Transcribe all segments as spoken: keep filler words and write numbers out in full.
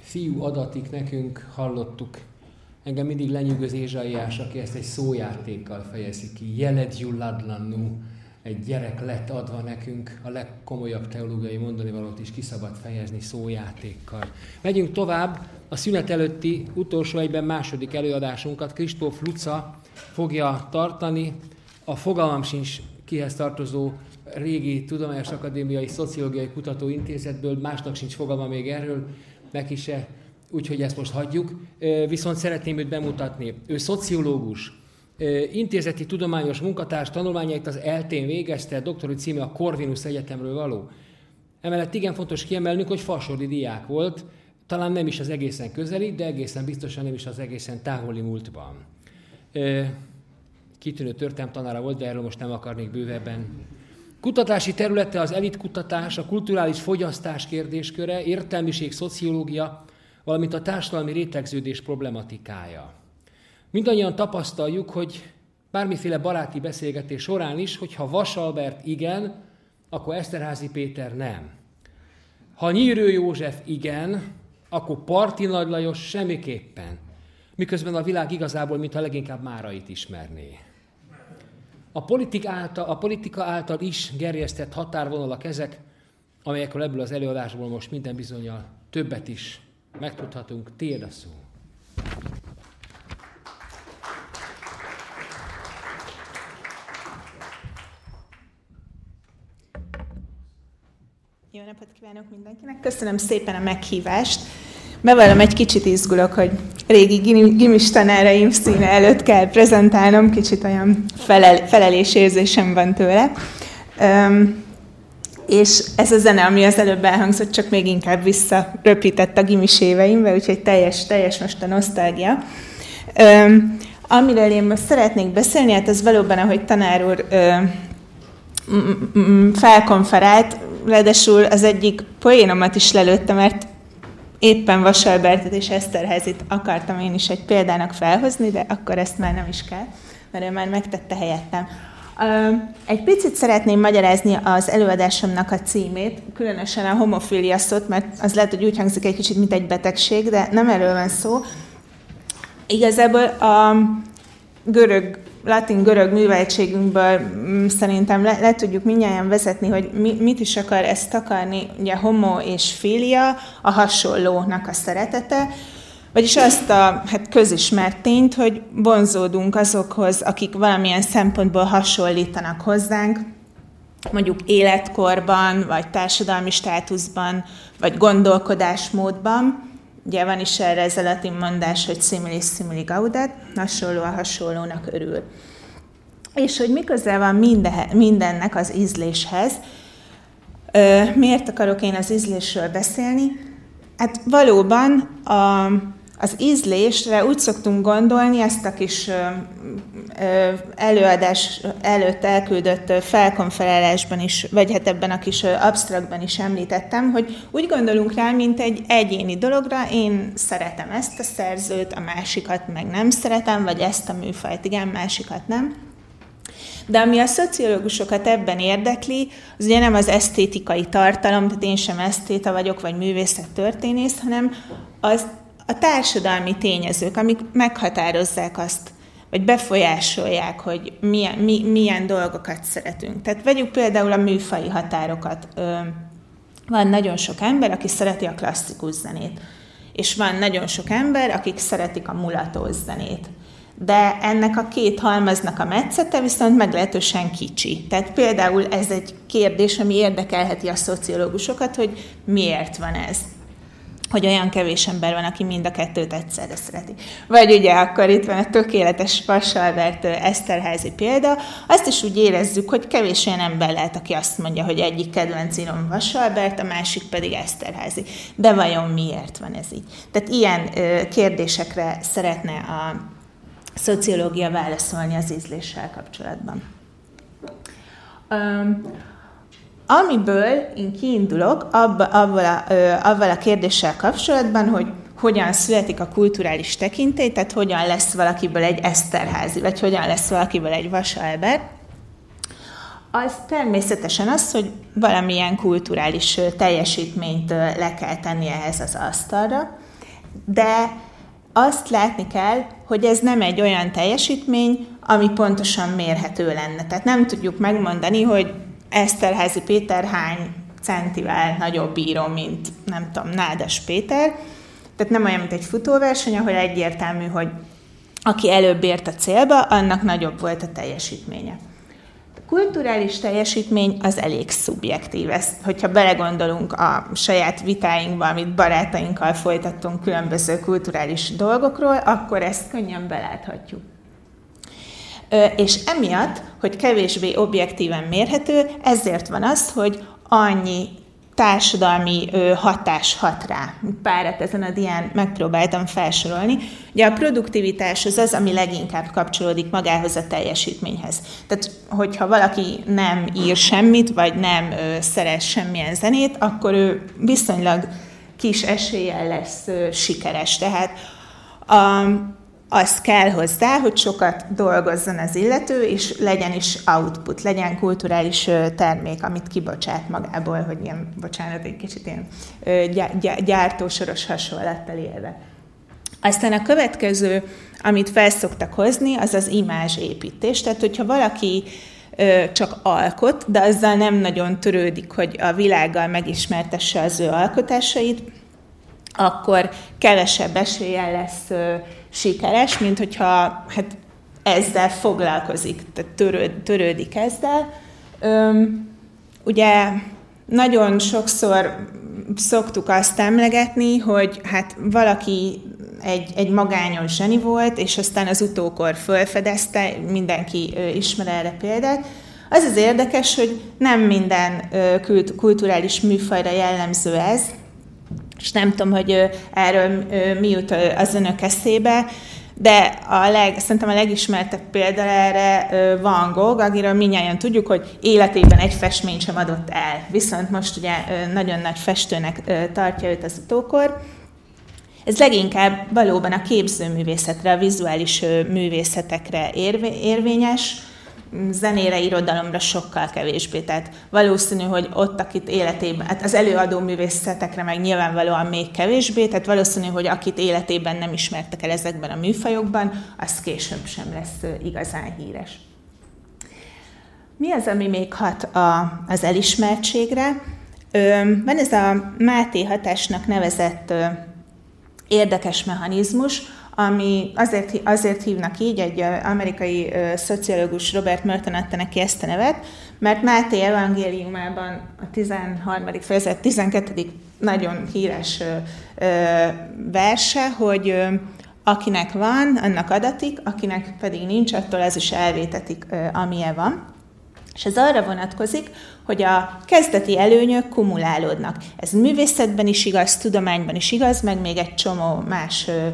fiú adatik nekünk, hallottuk. Engem mindig lenyűgöz Ézsaiás, aki ezt egy szójátékkal fejezi ki. Jeled julladlannu, egy gyerek lett adva nekünk, a legkomolyabb teológiai mondanivalót is ki szabad fejezni szójátékkal. Megyünk tovább, a szünet előtti utolsó egyben második előadásunkat Kristóf Luca fogja tartani. A fogalmam sincs kihez tartozó régi Tudományos Akadémiai Szociológiai Kutatóintézetből, másnak sincs fogalma még erről, neki se, úgyhogy ezt most hagyjuk. Viszont szeretném őt bemutatni. Ő szociológus, intézeti tudományos munkatárs, tanulmányait az eltén végezte, doktori címe a Corvinus Egyetemről való. Emellett igen fontos kiemelnünk, hogy falsordi diák volt, talán nem is az egészen közeli, de egészen biztosan nem is az egészen távoli múltban. Kitűnő történelmtanára volt, de erről most nem akarnék bővebben. Kutatási területe az elitkutatás, a kulturális fogyasztás kérdésköre, értelmiség, szociológia, valamint a társadalmi rétegződés problematikája. Mindannyian tapasztaljuk, hogy bármiféle baráti beszélgetés során is, hogyha Vass Albert igen, akkor Eszterházy Péter nem. Ha Nyírő József igen, akkor Parti Nagy Lajos semmiképpen. Miközben a világ igazából, mintha leginkább Márait ismerné. A politika által, a politika által is gerjesztett határvonalak ezek, amelyekről ebből az előadásból most minden bizonnyal többet is megtudhatunk. Tiéd a szó. Jó napot kívánok mindenkinek! Köszönöm szépen a meghívást. Bevallom, egy kicsit izgulok, hogy régi gimis tanáraim színe előtt kell prezentálnom, kicsit olyan felel, felelésérzésem van tőle. Üm, és ez a zene, ami az előbb elhangzott, csak még inkább visszaröpített a gimis éveimbe, úgyhogy teljes, teljes most a nosztalgia. Üm, amiről én most szeretnék beszélni, hát ez valóban, ahogy tanár úr üm, felkonferált, ráadásul az egyik poénomat is lelőtte, mert éppen Vass Albertet és Eszterházyt akartam én is egy példának felhozni, de akkor ezt már nem is kell, mert ő már megtette helyettem. Egy picit szeretném magyarázni az előadásomnak a címét, különösen a homofília szót, mert az lehet, hogy úgy hangzik egy kicsit, mint egy betegség, de nem erről van szó. Igazából a görög, latin-görög műveltségünkből szerintem le, le tudjuk mindjárt vezetni, hogy mi, mit is akar ezt takarni. Ugye homo és filia, a hasonlónak a szeretete, vagyis azt a hát közismert tényt, hogy vonzódunk azokhoz, akik valamilyen szempontból hasonlítanak hozzánk, mondjuk életkorban, vagy társadalmi státuszban, vagy gondolkodásmódban. Ugye van is erre ez a latin mondás, hogy similis simili gaudet, hasonló a hasonlónak örül. És hogy mi közel van minden, mindennek az ízléshez. Miért akarok én az ízlésről beszélni? Hát valóban a, az ízlésre úgy szoktunk gondolni, ezt a kis előadás előtt elküldött felkonferálásban is, vagy hát ebben a kis absztraktban is említettem, hogy úgy gondolunk rá, mint egy egyéni dologra, én szeretem ezt a szerzőt, a másikat meg nem szeretem, vagy ezt a műfajt, igen, másikat nem. De ami a szociológusokat ebben érdekli, az ugye nem az esztétikai tartalom, tehát én sem esztéta vagyok, vagy művészettörténész, hanem az a társadalmi tényezők, amik meghatározzák azt, vagy befolyásolják, hogy milyen, mi, milyen dolgokat szeretünk. Tehát vegyük például a műfaji határokat. Van nagyon sok ember, aki szereti a klasszikus zenét, és van nagyon sok ember, akik szeretik a mulatós zenét. De ennek a két halmaznak a metszete viszont meglehetősen kicsi. Tehát például ez egy kérdés, ami érdekelheti a szociológusokat, hogy miért van ez. Hogy olyan kevés ember van, aki mind a kettőt egyszerre szereti. Vagy ugye akkor itt van a tökéletes Vass Albert Eszterházy példa, azt is úgy érezzük, hogy kevés olyan ember lehet, aki azt mondja, hogy egyik kedvenc írom Vass Albert, a másik pedig Eszterházy. De vajon miért van ez így? Tehát ilyen kérdésekre szeretne a szociológia válaszolni az ízléssel kapcsolatban. Um, amiből én kiindulok, abba, abba a, ö, avval a kérdéssel kapcsolatban, hogy hogyan születik a kulturális tekintély, tehát hogyan lesz valakiből egy Eszterházy, vagy hogyan lesz valakiből egy Vass Albert, az természetesen az, hogy valamilyen kulturális teljesítményt le kell tenni ehhez az asztalra, de azt látni kell, hogy ez nem egy olyan teljesítmény, ami pontosan mérhető lenne. Tehát nem tudjuk megmondani, hogy Eszterházy Péter hány centivel nagyobb bíró, mint nem tudom, Nádas Péter. Tehát nem olyan, mint egy futóverseny, ahol egyértelmű, hogy aki előbb ért a célba, annak nagyobb volt a teljesítménye. A kulturális teljesítmény az elég szubjektív. Ezt, hogyha belegondolunk a saját vitáinkba, amit barátainkkal folytattunk különböző kulturális dolgokról, akkor ezt könnyen beláthatjuk. És emiatt, hogy kevésbé objektíven mérhető, ezért van az, hogy annyi társadalmi hatás hat rá. Párat ezen a dián megpróbáltam felsorolni. Ugye a produktivitás az az, ami leginkább kapcsolódik magához a teljesítményhez. Tehát, hogyha valaki nem ír semmit, vagy nem szerez semmilyen zenét, akkor ő viszonylag kis eséllyel lesz sikeres. Tehát a az kell hozzá, hogy sokat dolgozzon az illető, és legyen is output, legyen kulturális termék, amit kibocsát magából, hogy ilyen, bocsánat, egy kicsit ilyen gyártósoros hasonlattal élve. Aztán a következő, amit felszoktak hozni, az az imázsépítés. Tehát, hogyha valaki csak alkot, de azzal nem nagyon törődik, hogy a világgal megismertesse az ő alkotásait, akkor kevesebb eséllyel lesz sikeres, mint hogyha hát, ezzel foglalkozik, tehát törőd, törődik ezzel. Üm, ugye nagyon sokszor szoktuk azt emlegetni, hogy hát valaki egy, egy magányos zseni volt, és aztán az utókor fölfedezte, mindenki ö, ismer erre példát. Az az érdekes, hogy nem minden ö, kulturális műfajra jellemző ez, és nem tudom, hogy erről mi jut az önök eszébe, de a leg, szerintem a legismertebb példa erre Van Gogh, akiről mindnyájan tudjuk, hogy életében egy festményt sem adott el. Viszont most ugye nagyon nagy festőnek tartja őt az utókor. Ez leginkább valóban a képzőművészetre, a vizuális művészetekre érvényes, zenére, irodalomra sokkal kevésbé. Tehát valószínű, hogy ott, akit életében, hát az előadó művészetekre meg nyilvánvalóan még kevésbé, tehát valószínű, hogy akit életében nem ismertek el ezekben a műfajokban, az később sem lesz igazán híres. Mi az, ami még hat a, az elismertségre? Van ez a Máté hatásnak nevezett érdekes mechanizmus, ami azért, azért hívnak így, egy amerikai ö, szociológus Robert Merton adta neki ezt a nevet, mert Máté evangéliumában a tizenharmadik fejezet tizenkettedik nagyon híres ö, ö, verse, hogy ö, akinek van, annak adatik, akinek pedig nincs, attól az is elvétetik, ö, amilyen van. És ez arra vonatkozik, hogy a kezdeti előnyök kumulálódnak. Ez művészetben is igaz, tudományban is igaz, meg még egy csomó más ö,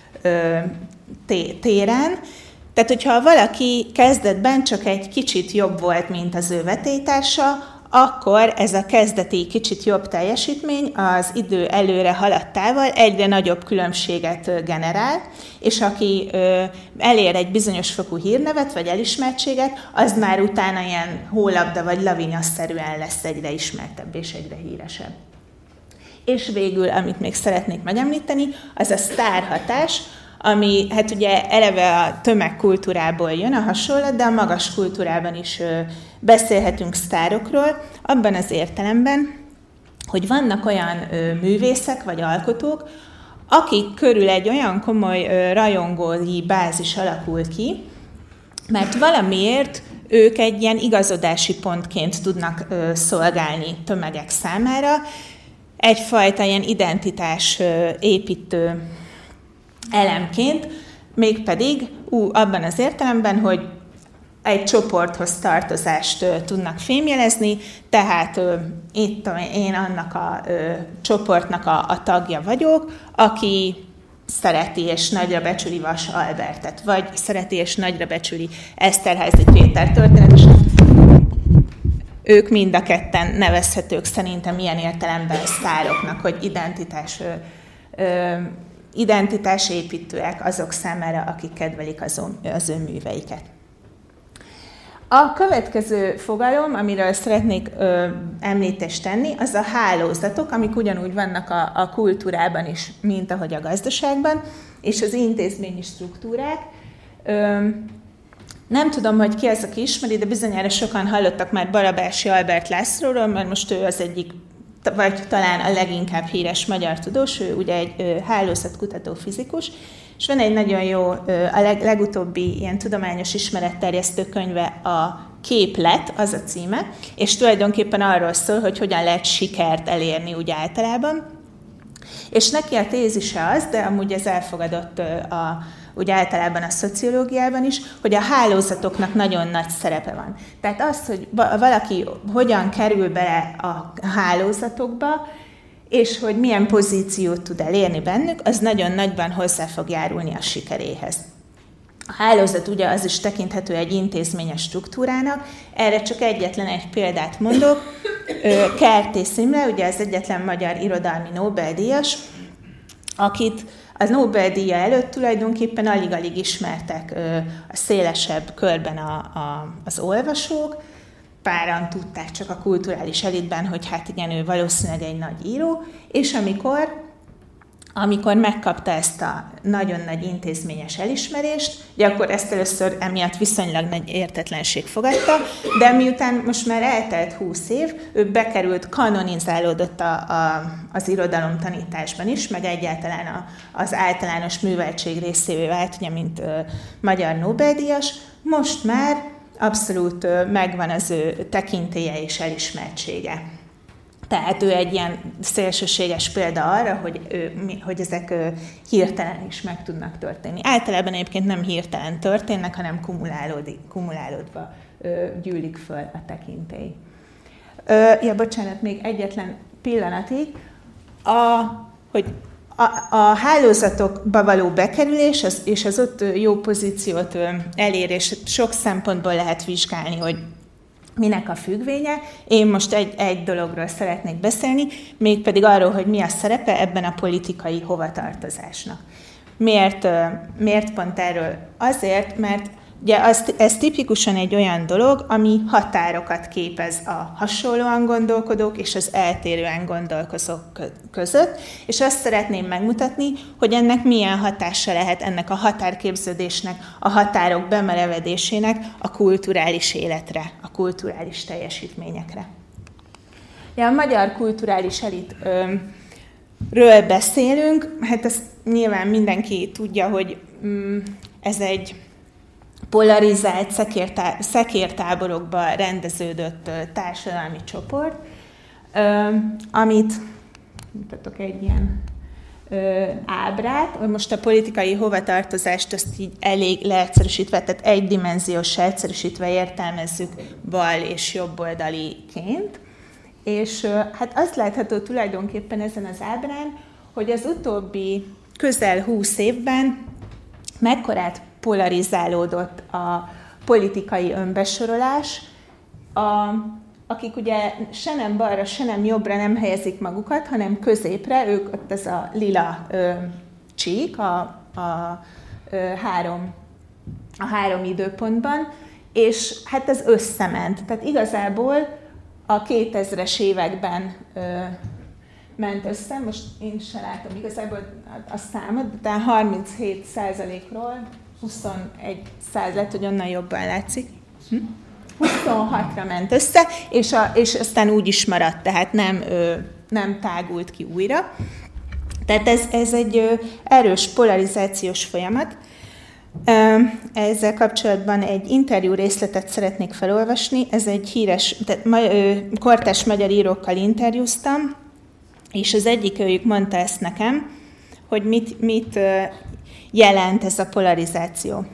téren. Tehát, hogyha valaki kezdetben csak egy kicsit jobb volt, mint az ő vetélytársa, akkor ez a kezdeti kicsit jobb teljesítmény az idő előre haladtával egyre nagyobb különbséget generál, és aki elér egy bizonyos fokú hírnevet vagy elismertséget, az már utána ilyen hólabda vagy lavinyaszerűen lesz egyre ismertebb és egyre híresebb. És végül, amit még szeretnék megemlíteni, az a sztárhatás, ami hát ugye eleve a tömegkultúrából jön a hasonlat, de a magas kultúrában is beszélhetünk sztárokról, abban az értelemben, hogy vannak olyan művészek vagy alkotók, akik körül egy olyan komoly rajongói bázis alakul ki, mert valamiért ők egy ilyen igazodási pontként tudnak szolgálni tömegek számára, egyfajta ilyen identitás építő elemként, mégpedig ú, abban az értelemben, hogy egy csoporthoz tartozást ö, tudnak fémjelezni, tehát ö, itt én annak a ö, csoportnak a, a tagja vagyok, aki szereti és nagyra becsüli Vas Albertet, vagy szereti és nagyra becsüli Eszterházy Péter történetesen. Ők mind a ketten nevezhetők szerintem ilyen értelemben sztároknak, hogy identitás, ö, ö, identitásépítőek azok számára, akik kedvelik az, az ő műveiket. A következő fogalom, amiről szeretnék ö, említést tenni, az a hálózatok, amik ugyanúgy vannak a, a kultúrában is, mint ahogy a gazdaságban, és az intézményi struktúrák. Ö, nem tudom, hogy ki az, aki ismeri, de bizonyára sokan hallottak már Barabási Albert Lászlóról, mert most ő az egyik, vagy talán a leginkább híres magyar tudós, ő ugye egy ö, hálózatkutató fizikus, és van egy nagyon jó, a leg, legutóbbi ilyen tudományos ismeretterjesztő könyve, a Képlet, az a címe, és tulajdonképpen arról szól, hogy hogyan lehet sikert elérni úgy általában. És neki a tézise az, de amúgy ez elfogadott a, úgy általában a szociológiában is, hogy a hálózatoknak nagyon nagy szerepe van. Tehát az, hogy valaki hogyan kerül bele a hálózatokba, és hogy milyen pozíciót tud elérni bennük, az nagyon nagyban hozzá fog járulni a sikeréhez. A hálózat ugye az is tekinthető egy intézményes struktúrának, erre csak egyetlen egy példát mondok. Kertész Imre, ugye az egyetlen magyar irodalmi Nobel-díjas, akit a Nobel-díja előtt tulajdonképpen alig-alig ismertek a szélesebb körben a, a, az olvasók, páran tudták csak a kulturális elitben, hogy hát igen, ő valószínűleg egy nagy író, és amikor, amikor megkapta ezt a nagyon nagy intézményes elismerést, ugye akkor ezt először emiatt viszonylag nagy értetlenség fogadta, de miután most már eltelt húsz év, ő bekerült, kanonizálódott a, a, az irodalomtanításban is, meg egyáltalán a, az általános műveltség részévé vált, ugye, mint ö, magyar Nobel-díjas, most már abszolút megvan az ő tekintélye és elismertsége. Tehát ő egy ilyen szélsőséges példa arra, hogy, ő, hogy ezek hirtelen is meg tudnak történni. Általában egyébként nem hirtelen történnek, hanem kumulálódva gyűlik föl a tekintély. Ja, bocsánat, még egyetlen pillanatig. A, hogy A, a hálózatokba való bekerülés az, és az ott jó pozíciót elérés sok szempontból lehet vizsgálni, hogy minek a függvénye. Én most egy, egy dologról szeretnék beszélni, mégpedig arról, hogy mi a szerepe ebben a politikai hovatartozásnak. Miért, miért pont erről? Azért, mert ugye az, ez tipikusan egy olyan dolog, ami határokat képez a hasonlóan gondolkodók és az eltérően gondolkozók között, és azt szeretném megmutatni, hogy ennek milyen hatása lehet ennek a határképződésnek, a határok bemerevedésének a kulturális életre, a kulturális teljesítményekre. Ja, a magyar kulturális elitről beszélünk, hát ezt nyilván mindenki tudja, hogy ez egy polarizált szekértá- szekértáborokba rendeződött társadalmi csoport, amit, mutatok egy ilyen ábrát, most a politikai hovatartozást azt így elég leegyszerűsítve, tehát egydimenziós egyszerűsítve értelmezzük bal és jobboldaliként, és hát azt látható tulajdonképpen ezen az ábrán, hogy az utóbbi közel húsz évben mekkorát polarizálódott a politikai önbesorolás, a, akik ugye se nem balra, se nem jobbra nem helyezik magukat, hanem középre, ők ott ez a lila ö, csík a, a, ö, három, a három időpontban, és hát ez összement. Tehát igazából a kétezres években ö, ment össze, most én sem látom igazából a számot, de harminchét százalékról huszonegy százalék, hogy onnan jobban látszik. Hm? huszonhatra ment össze, és, a, és aztán úgy is maradt, tehát nem, ö, nem tágult ki újra. Tehát ez, ez egy ö, erős polarizációs folyamat. Ö, ezzel kapcsolatban egy interjú részletet szeretnék felolvasni. Ez egy híres, tehát ma, ö, kortárs magyar írókkal interjúztam, és az egyik őjük mondta ezt nekem, hogy mit, mit ö, jelent ez a polarizáció.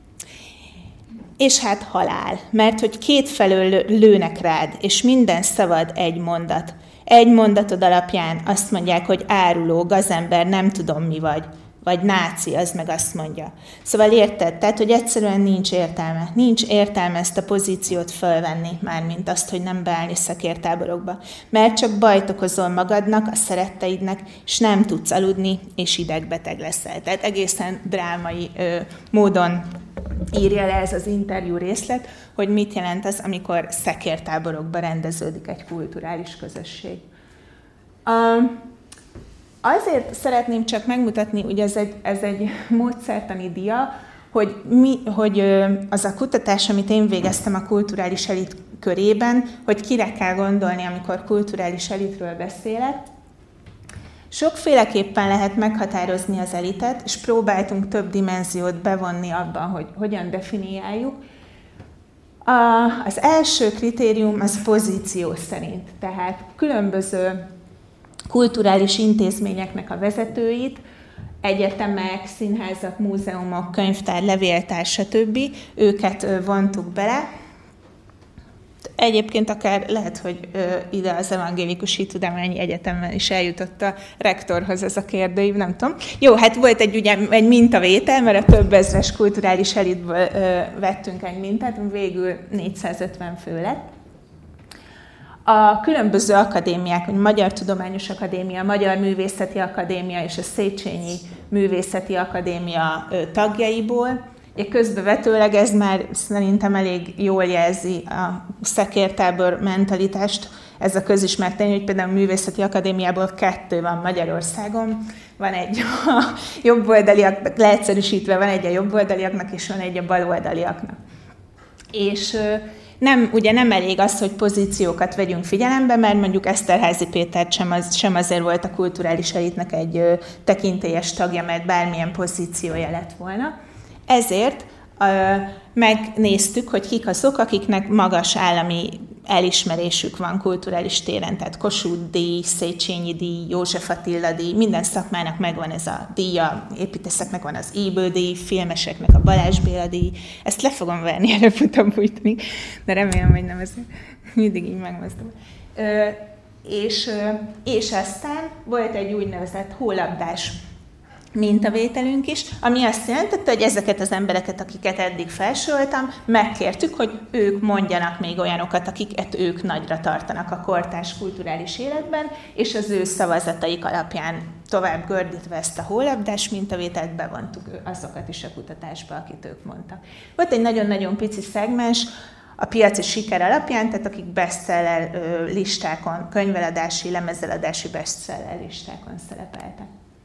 És hát halál, mert hogy kétfelől lőnek rád, és minden szavad egy mondat. Egy mondatod alapján azt mondják, hogy áruló, gazember, nem tudom mi vagy, vagy náci, az meg azt mondja. Szóval érted? Tehát, hogy egyszerűen nincs értelme. Nincs értelme ezt a pozíciót fölvenni, mármint azt, hogy nem beállni szekértáborokba. Mert csak bajt okozol magadnak, a szeretteidnek, és nem tudsz aludni, és idegbeteg leszel. Tehát egészen drámai ö, módon írja le ez az interjú részlet, hogy mit jelent az, amikor szekértáborokban rendeződik egy kulturális közösség. Azért szeretném csak megmutatni, hogy ez egy, ez egy módszertani dia, hogy, mi, hogy az a kutatás, amit én végeztem a kulturális elit körében, hogy kire kell gondolni, amikor kulturális elitről beszélek. Sokféleképpen lehet meghatározni az elitet, és próbáltunk több dimenziót bevonni abban, hogy hogyan definiáljuk. A, az első kritérium az pozíció szerint, tehát különböző kulturális intézményeknek a vezetőit, egyetemek, színházak, múzeumok, könyvtár, levéltár, stb. Őket vontuk bele. Egyébként akár lehet, hogy ide az Evangélikus Hittudományi Egyetemben is eljutott a rektorhoz ez a kérdőív, nem tudom. Jó, hát volt egy, ugye, egy mintavétel, mert a több ezres kulturális elitből vettünk egy mintát, végül négyszázötven fő lett. A különböző akadémiák, a Magyar Tudományos Akadémia, a Magyar Művészeti Akadémia és a Széchenyi Művészeti Akadémia tagjaiból. Közbevetőleg ez már szerintem elég jól jelzi a szekértábor mentalitást, ez a közismert tény, hogy például a Művészeti Akadémiából kettő van Magyarországon, van egy a jobboldaliak, leegyszerűsítve van egy a jobboldaliaknak, és van egy a baloldaliaknak. És nem, ugye nem elég az, hogy pozíciókat vegyünk figyelembe, mert mondjuk Eszterházy Péter sem, az, sem azért volt a kulturális elitnek egy ö, tekintélyes tagja, mert bármilyen pozíciója lett volna. Ezért ö, megnéztük, hogy kik azok, akiknek magas állami elismerésük van kulturális téren, tehát Kossuth-díj, Széchenyi díj, József Attila díj, minden szakmának megvan ez a díja, építészeknek van az Ybl-díj, filmeseknek a Balázs Béla díj. Ezt le fogom verni, előbb-utóbb úgy tűnik, de remélem, hogy nem ez mindig így megmozdul. És, és aztán volt egy úgynevezett hólabdás mintavételünk is, ami azt jelentette, hogy ezeket az embereket, akiket eddig felsoroltam, megkértük, hogy ők mondjanak még olyanokat, akiket ők nagyra tartanak a kortárs kulturális életben, és az ő szavazataik alapján tovább gördítve ezt a hólabdás mintavételt bevontuk azokat is a kutatásba, akit ők mondtak. Volt egy nagyon-nagyon pici szegmens, a piaci siker alapján, tehát akik bestseller listákon, könyveladási, lemezeladási bestseller listákon szerepeltek.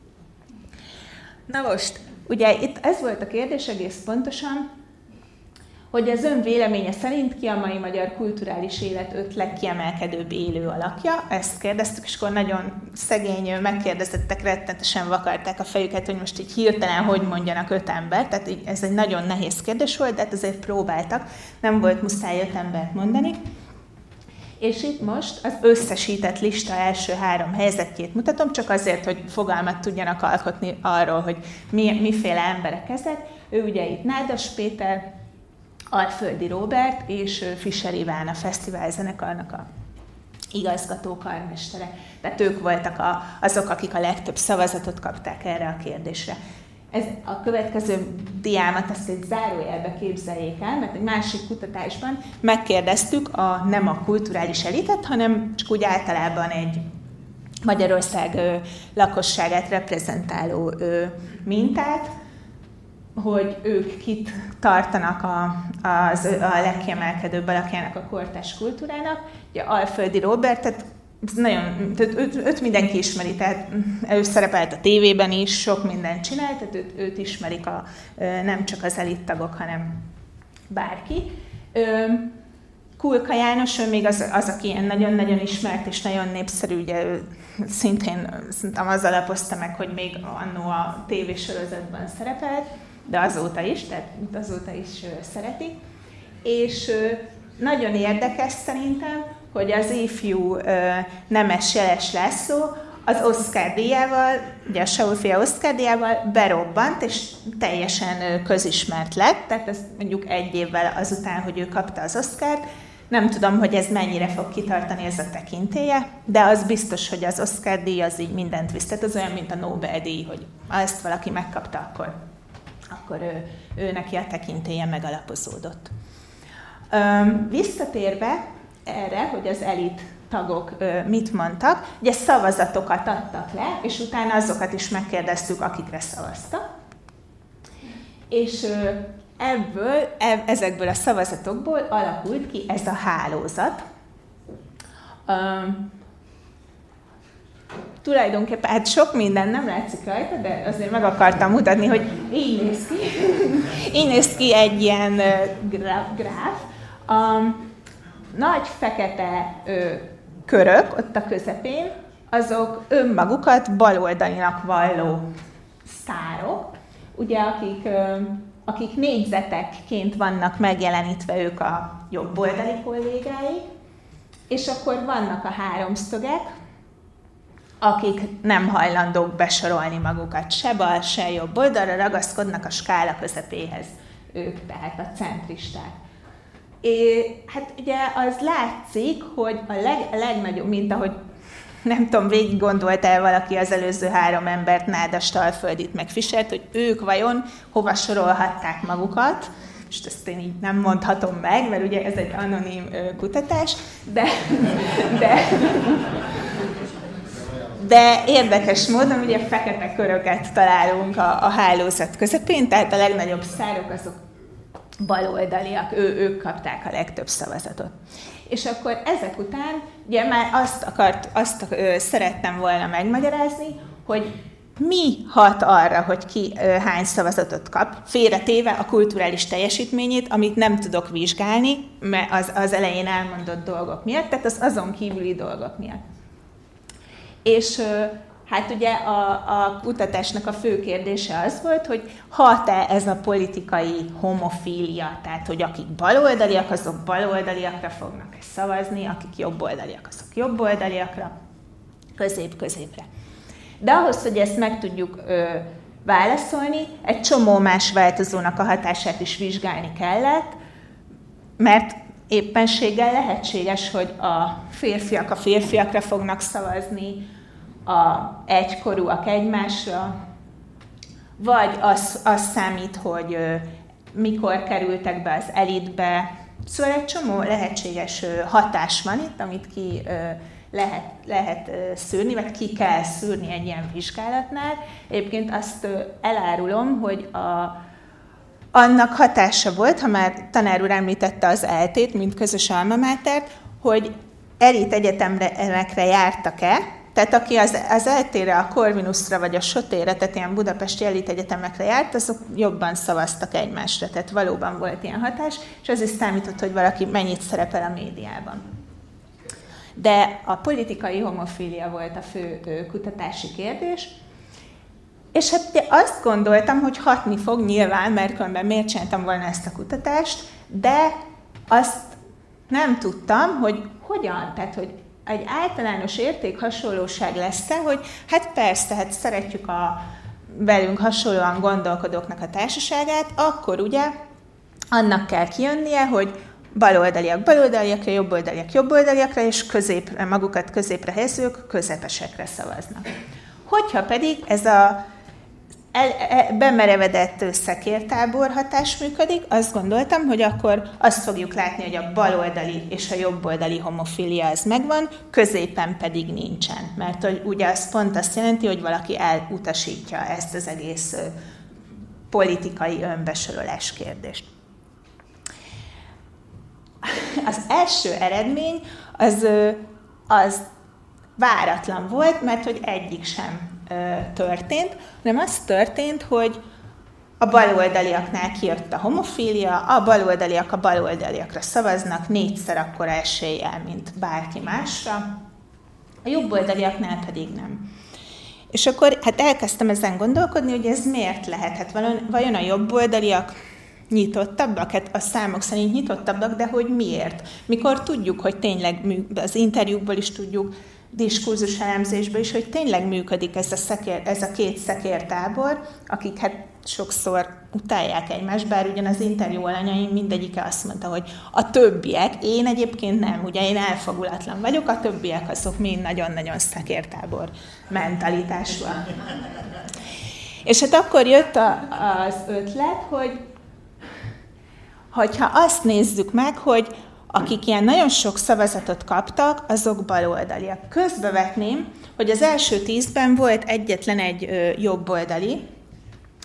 Na most, ugye itt ez volt a kérdés egész pontosan, hogy az ön véleménye szerint ki a mai magyar kulturális élet öt legkiemelkedőbb élő alakja. Ezt kérdeztük, és akkor nagyon szegény megkérdezettek rettenetesen vakarták a fejüket, hogy most így hirtelen hogy mondjanak öt ember. Tehát ez egy nagyon nehéz kérdés volt, de hát azért próbáltak, nem volt muszáj öt embert mondani. És itt most az összesített lista első három helyzetjét mutatom, csak azért, hogy fogalmat tudjanak alkotni arról, hogy mi, miféle emberek ezek. Ő ugye itt Nádas Péter, Alföldi Róbert és Fischer Iván, a fesztiválzenekarnak a igazgató karmestere. Tehát ők voltak a, azok, akik a legtöbb szavazatot kapták erre a kérdésre. Ez a következő diámat azt egy zárójelbe képzeljék el, mert egy másik kutatásban megkérdeztük a, nem a kulturális elitet, hanem csak úgy általában egy Magyarország ö, lakosságát reprezentáló ö, mintát, hogy ők kit tartanak a, az, a legkiemelkedőbb alakjának a kortárs kultúrának. Ugye Alföldi Róbertet nagyon, őt, őt mindenki ismeri, tehát ő szerepelt a tévében is, sok mindent csinált, tehát őt, őt ismerik a, nem csak az elittagok, hanem bárki. Kulka János, ő még az, az aki ilyen nagyon-nagyon ismert és nagyon népszerű, ugye ő szintén szerintem az alapozta meg, hogy még annó a tévésorozatban szerepelt, de azóta is, tehát azóta is szeretik. És nagyon érdekes szerintem, hogy az ifjú uh, Nemes Jeles László az Oscar díjával, ugye a Saul-féle Oscar díjával berobbant, és teljesen uh, közismert lett, tehát ez mondjuk egy évvel azután, hogy ő kapta az Oscart. Nem tudom, hogy ez mennyire fog kitartani ez a tekintélye, de az biztos, hogy az Oscar díj az így mindent visz. Tehát az olyan, mint a Nobel-díj, hogy ha ezt valaki megkapta, akkor, akkor ő, ő neki a tekintélye megalapozódott. Um, visszatérve erre, hogy az elit tagok ö, mit mondtak, ugye szavazatokat adtak le, és utána azokat is megkérdeztük, akikre szavaztak. És ö, ebből, e, ezekből a szavazatokból alakult ki ez a hálózat. Um, tulajdonképpen, hát sok minden nem látszik rajta, de azért meg akartam mutatni, hogy így néz ki. Így néz ki egy ilyen uh, gráf. A nagy fekete ö, körök ott a közepén, azok önmagukat baloldalinak valló sztárok, ugye, akik, ö, akik négyzetekként vannak megjelenítve, ők a jobboldali kollégái, és akkor vannak a háromszögek, akik nem hajlandók besorolni magukat se bal, se jobb oldalra, ragaszkodnak a skála közepéhez ők, tehát a centristák. És hát ugye az látszik, hogy a, leg, a legnagyobb, mint ahogy nem tudom, végig gondolta-e valaki az előző három embert, Nádast, Alföldit, meg Fischert, hogy ők vajon hova sorolhatták magukat, és ezt én így nem mondhatom meg, mert ugye ez egy anonim ö, kutatás, de, de, de érdekes módon ugye fekete köröket találunk a, a hálózat közepén, tehát a legnagyobb szárok azok baloldaliak, ő, ők kapták a legtöbb szavazatot. És akkor ezek után, ugye már azt, akart, azt ö, szerettem volna megmagyarázni, hogy mi hat arra, hogy ki ö, hány szavazatot kap, félretéve a kulturális teljesítményét, amit nem tudok vizsgálni, mert az, az elején elmondott dolgok miatt, tehát az azon kívüli dolgok miatt. És ö, hát ugye a, a kutatásnak a fő kérdése az volt, hogy hat-e ez a politikai homofília, tehát hogy akik baloldaliak, azok baloldaliakra fognak szavazni, akik jobboldaliak, azok jobboldaliakra, közép-középre. De ahhoz, hogy ezt meg tudjuk ö, válaszolni, egy csomó más változónak a hatását is vizsgálni kellett, mert éppenséggel lehetséges, hogy a férfiak a férfiakra fognak szavazni, a egykorúak egymásra, vagy az, az számít, hogy ö, mikor kerültek be az elitbe. Szóval egy csomó lehetséges ö, hatás van itt, amit ki ö, lehet, lehet ö, szűrni, vagy ki kell szűrni egy ilyen vizsgálatnál. Egyébként azt ö, elárulom, hogy a, annak hatása volt, ha már tanár úr említette az é el té-t, mint közös alma mátert, hogy elit egyetemekre jártak-e, tehát aki az, az é el té-re, a Corvinusra vagy a Sotére, tehát ilyen budapesti elit egyetemekre járt, azok jobban szavaztak egymásra, tehát valóban volt ilyen hatás, és az is számított, hogy valaki mennyit szerepel a médiában. De a politikai homofília volt a fő kutatási kérdés, és hát azt gondoltam, hogy hatni fog nyilván, mert különben miért csináltam volna ezt a kutatást, de azt nem tudtam, hogy hogyan, tehát hogy egy általános értékhasonlóság lesz-e, hogy hát persze, hát szeretjük a velünk hasonlóan gondolkodóknak a társaságát, akkor ugye annak kell kijönnie, hogy baloldaliak baloldaliakra, jobboldaliak jobboldaliakra, és középre, magukat középre helyezők közepesekre szavaznak. Hogyha pedig ez a el, el, bemerevedett szekértábor hatás működik, azt gondoltam, hogy akkor azt fogjuk látni, hogy a baloldali és a jobboldali homofília az megvan, középen pedig nincsen. Mert hogy ugye az pont azt jelenti, hogy valaki elutasítja ezt az egész ö, politikai önbesorolás kérdést. Az első eredmény az, ö, az váratlan volt, mert hogy egyik sem történt, hanem az történt, hogy a baloldaliaknál kijött a homofília, a baloldaliak a baloldaliakra szavaznak négyszer akkora eséllyel, mint bárki másra, a jobboldaliaknál pedig nem. És akkor hát elkezdtem ezen gondolkodni, hogy ez miért lehet. Hát vajon a jobboldaliak nyitottabbak? Hát a számok szerint nyitottabbak, de hogy miért? Mikor tudjuk, hogy tényleg az interjúkból is tudjuk, diskurzus elemzésből is, hogy tényleg működik ez a, szekér, ez a két szekértábor, akik hát sokszor utálják egymást, bár ugyan az interjú alanyaim mindegyike azt mondta, hogy a többiek, én egyébként nem, ugye én elfogulatlan vagyok, a többiek azok mind nagyon-nagyon szekértábor mentalitásúak. És hát akkor jött a, az ötlet, hogy hogyha azt nézzük meg, hogy akik ilyen nagyon sok szavazatot kaptak, azok baloldaliak. Közbevetném, hogy az első tízben volt egyetlen egy ö, jobboldali,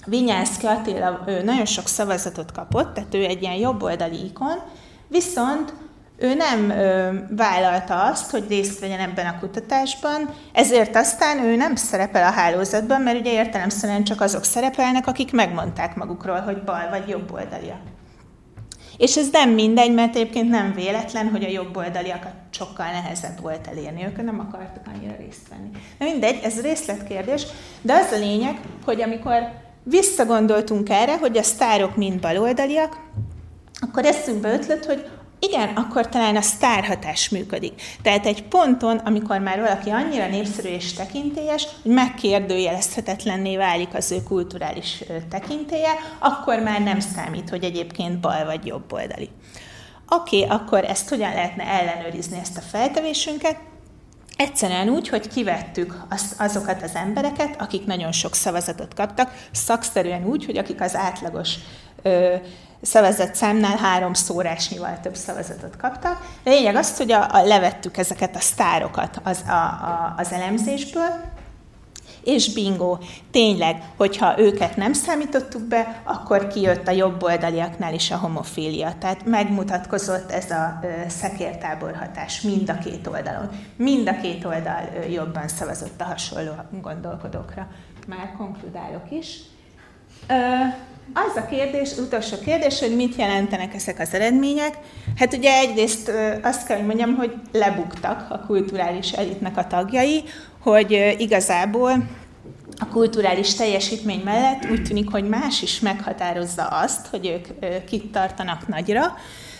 Vinyánszky Attila ő nagyon sok szavazatot kapott, tehát ő egy ilyen jobboldali ikon, viszont ő nem ö, vállalta azt, hogy részt vegyen ebben a kutatásban, ezért aztán ő nem szerepel a hálózatban, mert ugye értelemszerűen csak azok szerepelnek, akik megmondták magukról, hogy bal vagy jobboldaliak. És ez nem mindegy, mert egyébként nem véletlen, hogy a jobboldaliakat sokkal nehezebb volt elérni. Ők nem akartak annyira részt venni. Na mindegy, ez részletkérdés, de az a lényeg, hogy amikor visszagondoltunk erre, hogy a sztárok mind baloldaliak, akkor eszünkbe ötlött, hogy igen, akkor talán a sztárhatás működik. Tehát egy ponton, amikor már valaki annyira népszerű és tekintélyes, hogy megkérdőjelezhetetlenné válik az ő kulturális tekintélye, akkor már nem számít, hogy egyébként bal vagy jobboldali. Oké, okay, akkor ezt hogyan lehetne ellenőrizni, ezt a feltevésünket? Egyszerűen úgy, hogy kivettük az, azokat az embereket, akik nagyon sok szavazatot kaptak, szakszerűen úgy, hogy akik az átlagos ö, szavazatszámnál három szórásnyival több szavazatot kaptak. De lényeg az, hogy a, a levettük ezeket a sztárokat az, a, a, az elemzésből, és bingo, tényleg, hogyha őket nem számítottuk be, akkor kijött a jobboldaliaknál is a homofília. Tehát megmutatkozott ez a ö, szekértábor hatás mind a két oldalon. Mind a két oldal ö, jobban szavazott a hasonló gondolkodókra. Már konkludálok is. Ö, Az a kérdés, utolsó kérdés, hogy mit jelentenek ezek az eredmények. Hát ugye egyrészt azt kell, hogy mondjam, hogy lebuktak a kulturális elitnek a tagjai, hogy igazából a kulturális teljesítmény mellett úgy tűnik, hogy más is meghatározza azt, hogy ők kit tartanak nagyra.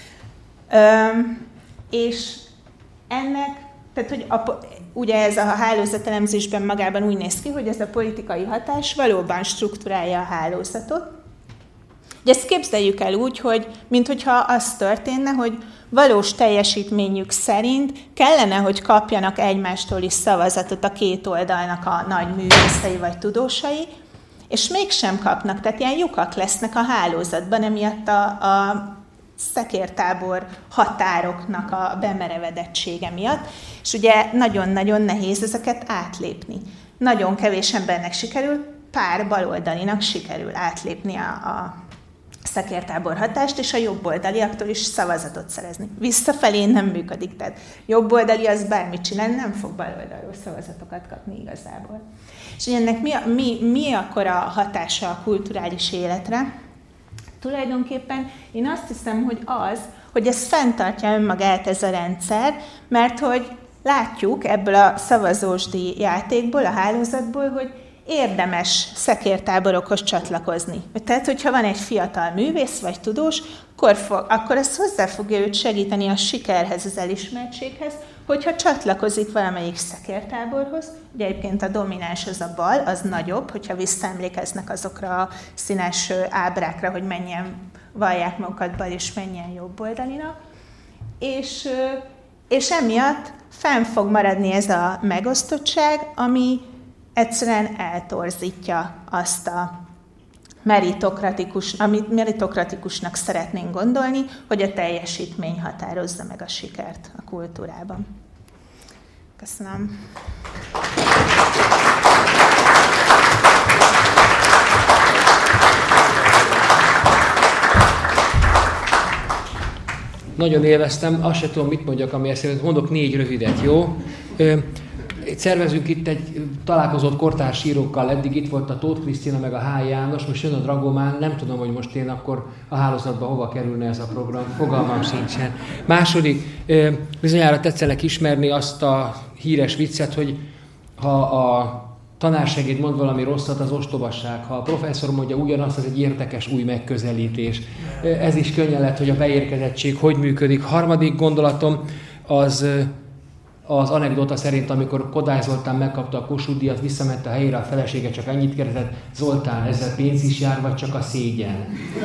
És ennek, tehát hogy a, ugye ez a hálózatelemzésben magában úgy néz ki, hogy ez a politikai hatás valóban strukturálja a hálózatot. De ezt képzeljük el úgy, hogy minthogyha az történne, hogy valós teljesítményük szerint kellene, hogy kapjanak egymástól is szavazatot a két oldalnak a nagy művészei vagy tudósai, és mégsem kapnak, tehát ilyen lyukak lesznek a hálózatban, emiatt a, a szekértábor határoknak a bemerevedettsége miatt, és ugye nagyon-nagyon nehéz ezeket átlépni. Nagyon kevés embernek sikerül, pár baloldalinak sikerül átlépni a, a szekértábor hatást, és a jobboldaliaktól is szavazatot szerezni. Visszafelé nem működik, tehát jobboldali az bármit csinál, nem fog baloldalról szavazatokat kapni igazából. És ennek mi, mi, mi akkor a hatása a kulturális életre? Tulajdonképpen én azt hiszem, hogy az, hogy ez fenntartja önmagát ez a rendszer, mert hogy látjuk ebből a szavazósdíj játékból, a hálózatból, hogy érdemes szekértáborokhoz csatlakozni. Tehát, hogyha van egy fiatal művész vagy tudós, akkor, fog, akkor ez hozzá fogja őt segíteni a sikerhez, az elismertséghez, hogyha csatlakozik valamelyik szekértáborhoz. Ugye egyébként a domináns az a bal, az nagyobb, hogyha visszaemlékeznek azokra a színes ábrákra, hogy mennyien vallják magukat bal és mennyien jobboldalinak. És, és emiatt fenn fog maradni ez a megosztottság, ami egyszerűen eltorzítja azt a meritokratikus, amit meritokratikusnak szeretnénk gondolni, hogy a teljesítmény határozza meg a sikert a kultúrában. Köszönöm. Nagyon élveztem, azt sem tudom, mit mondjak, amiért szerint mondok négy rövidet, jó? Ö, Szervezünk itt egy találkozót kortárs írókkal, eddig itt volt a Tóth Krisztina meg a H. János, most jön a Dragomán, nem tudom, hogy most én akkor a hálózatban hova kerülne ez a program, fogalmam sincsen. Második, bizonyára tetszenek ismerni azt a híres viccet, hogy ha a tanársegéd mond valami rosszat, az ostobasság, ha a professzor mondja ugyanazt, az egy érdekes új megközelítés. Ez is könnyen lett, hogy a beérkezettség hogy működik. Harmadik gondolatom az... Az anekdota szerint, amikor Kodály Zoltán megkapta a Kossuth-díjat, visszament a helyére, a felesége csak annyit kérdezett: Zoltán, ezzel pénz is jár, vagy csak a szégyen?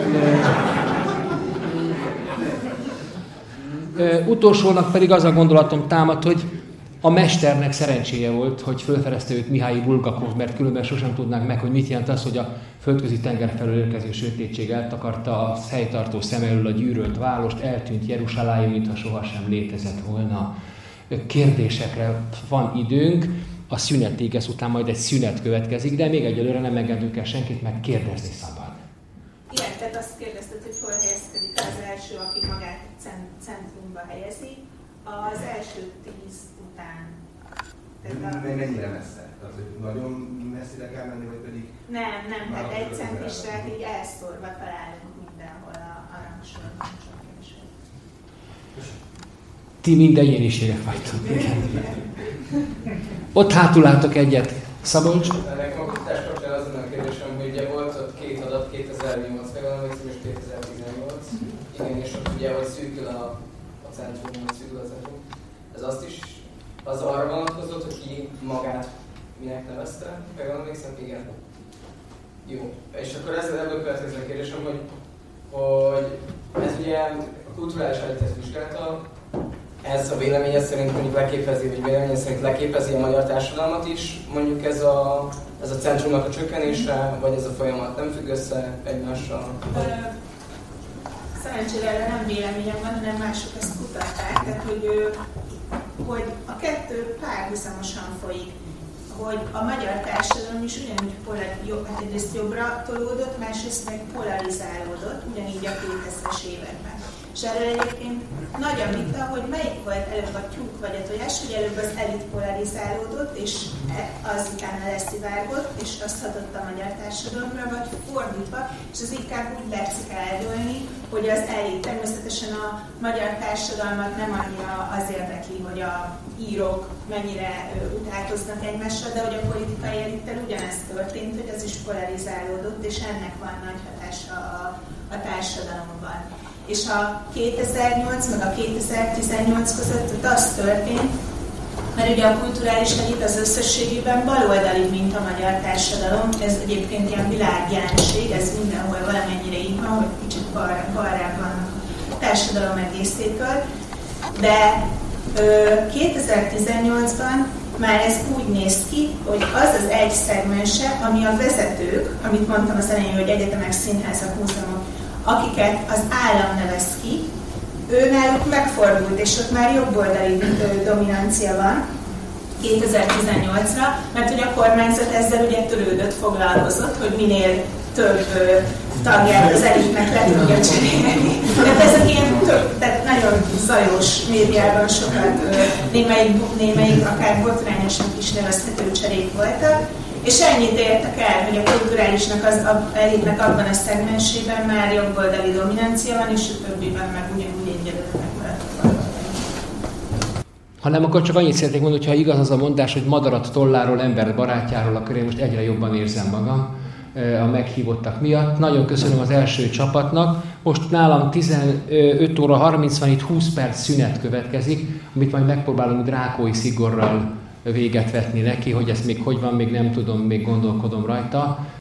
Utolsónak pedig az a gondolatom támad, hogy a mesternek szerencséje volt, hogy fölfedezte őt Mihály Bulgakov, mert különben sosem tudnánk meg, hogy mit jelent az, hogy a földközi tenger felől érkező sötétség eltakarta a helytartó szem elől a gyűrölt várost, eltűnt Jeruzsálem, mintha sohasem létezett volna. Kérdésekre van időnk. a szünetig, ezután majd egy szünet következik, de még egyelőre nem engedünk el senkit, meg kérdezni szabad. Igen, tehát azt kérdezted, hogy hol helyezkedik az első, aki magát centrumba helyezi, az első tíz után. Tehát a... mennyire messze? Tehát, hogy nagyon messzire kell menni, vagy pedig... Nem, nem, tehát egy centisre így elszórva találunk mindenhol a, a rangsorban, csak később. Ti mind egyéniségek vagytok, igen. Ott hátul látok egyet. Szabolcs? Nekem a kutatás kapcsán az a kérdésem, hogy ugye volt ott két adat, kétezer-nyolc, meg valami és kétezer-tizennyolc. Igen, és ott ugye, hogy szűkül a, a centrum, vagy szűkül a centrum. Ez azt is, az arra vonatkozott, hogy ki magát minek nevezte, meg valami emlékszem, igen. Jó. És akkor ez ebből következő a kérdésem, hogy, hogy ez ugye a kulturális állítás vizsgálata, ez a véleménye szerint mondjuk leképezi, vagy véleménye szerint leképezi a magyar társadalmat is, mondjuk ez a, ez a centrumnak a csökkenése, vagy ez a folyamat nem függ össze egymással? Szerencsére erre nem véleményem van, hanem mások ezt kutatták, tehát hogy, hogy a kettő párhuzamosan folyik. Hogy a magyar társadalom is ugyanúgy polar, jobb, hát egyrészt jobbra tolódott, másrészt meg polarizálódott, ugyanígy a kétezres években. És erről egyébként nagy a vita, hogy melyik volt előbb a tyúk vagy a tojás, hogy előbb az elit polarizálódott, és az utána leszivárgott, és azt hatott a magyar társadalomra, vagy fordítva, és az inkább úgy látszik eldőlni, hogy az elit, természetesen a magyar társadalmat nem annyira az érdekli, hogy a írók mennyire utálkoznak egymással, de hogy a politikai elittel ugyanezt történt, hogy az is polarizálódott, és ennek van nagy hatása a, a társadalomban. És a kétezer-nyolc meg a kétezer-tizennyolc között az történt, mert ugye a kulturális elit az összességében baloldali, mint a magyar társadalom. Ez egyébként ilyen világjárnség, ez mindenhol valamennyire így van, hogy kicsit balra, balrább vannak a társadalom egészétől. De ö, kétezer-tizennyolcban már ez úgy néz ki, hogy az az egy szegmense, ami a vezetők, amit mondtam az elején, hogy egyetemek, színházak, múzeumok, akiket az állam nevez ki, ő náluk megfordult, és ott már jobboldali dominancia van kétezer-tizennyolcra, mert hogy a kormányzat ezzel ugye törődött, foglalkozott, hogy minél több tagját az elitnek le tudja cserélni. Tehát ezek ilyen tök, tehát nagyon zajos médiában sokat, némelyik, némelyik akár botrányosan is nevezhető cserék voltak, és ennyit értek el, hogy a kulturálisnak az a elitnek abban a szegmensében már jobboldali dominancia van, és a többiben meg ugyanúgy egyelőre megmaradt. Ha nem, akkor csak annyit szeretnék mondani, hogy ha igaz az a mondás, hogy madarat tolláról, embert barátjáról, akkor én most egyre jobban érzem magam a meghívottak miatt. Nagyon köszönöm az első csapatnak. Most nálam tizenöt óra harminc van, itt húsz perc szünet következik, amit majd megpróbálunk drákói szigorral véget vetni neki, hogy ez még hogy van, még nem tudom, még gondolkodom rajta.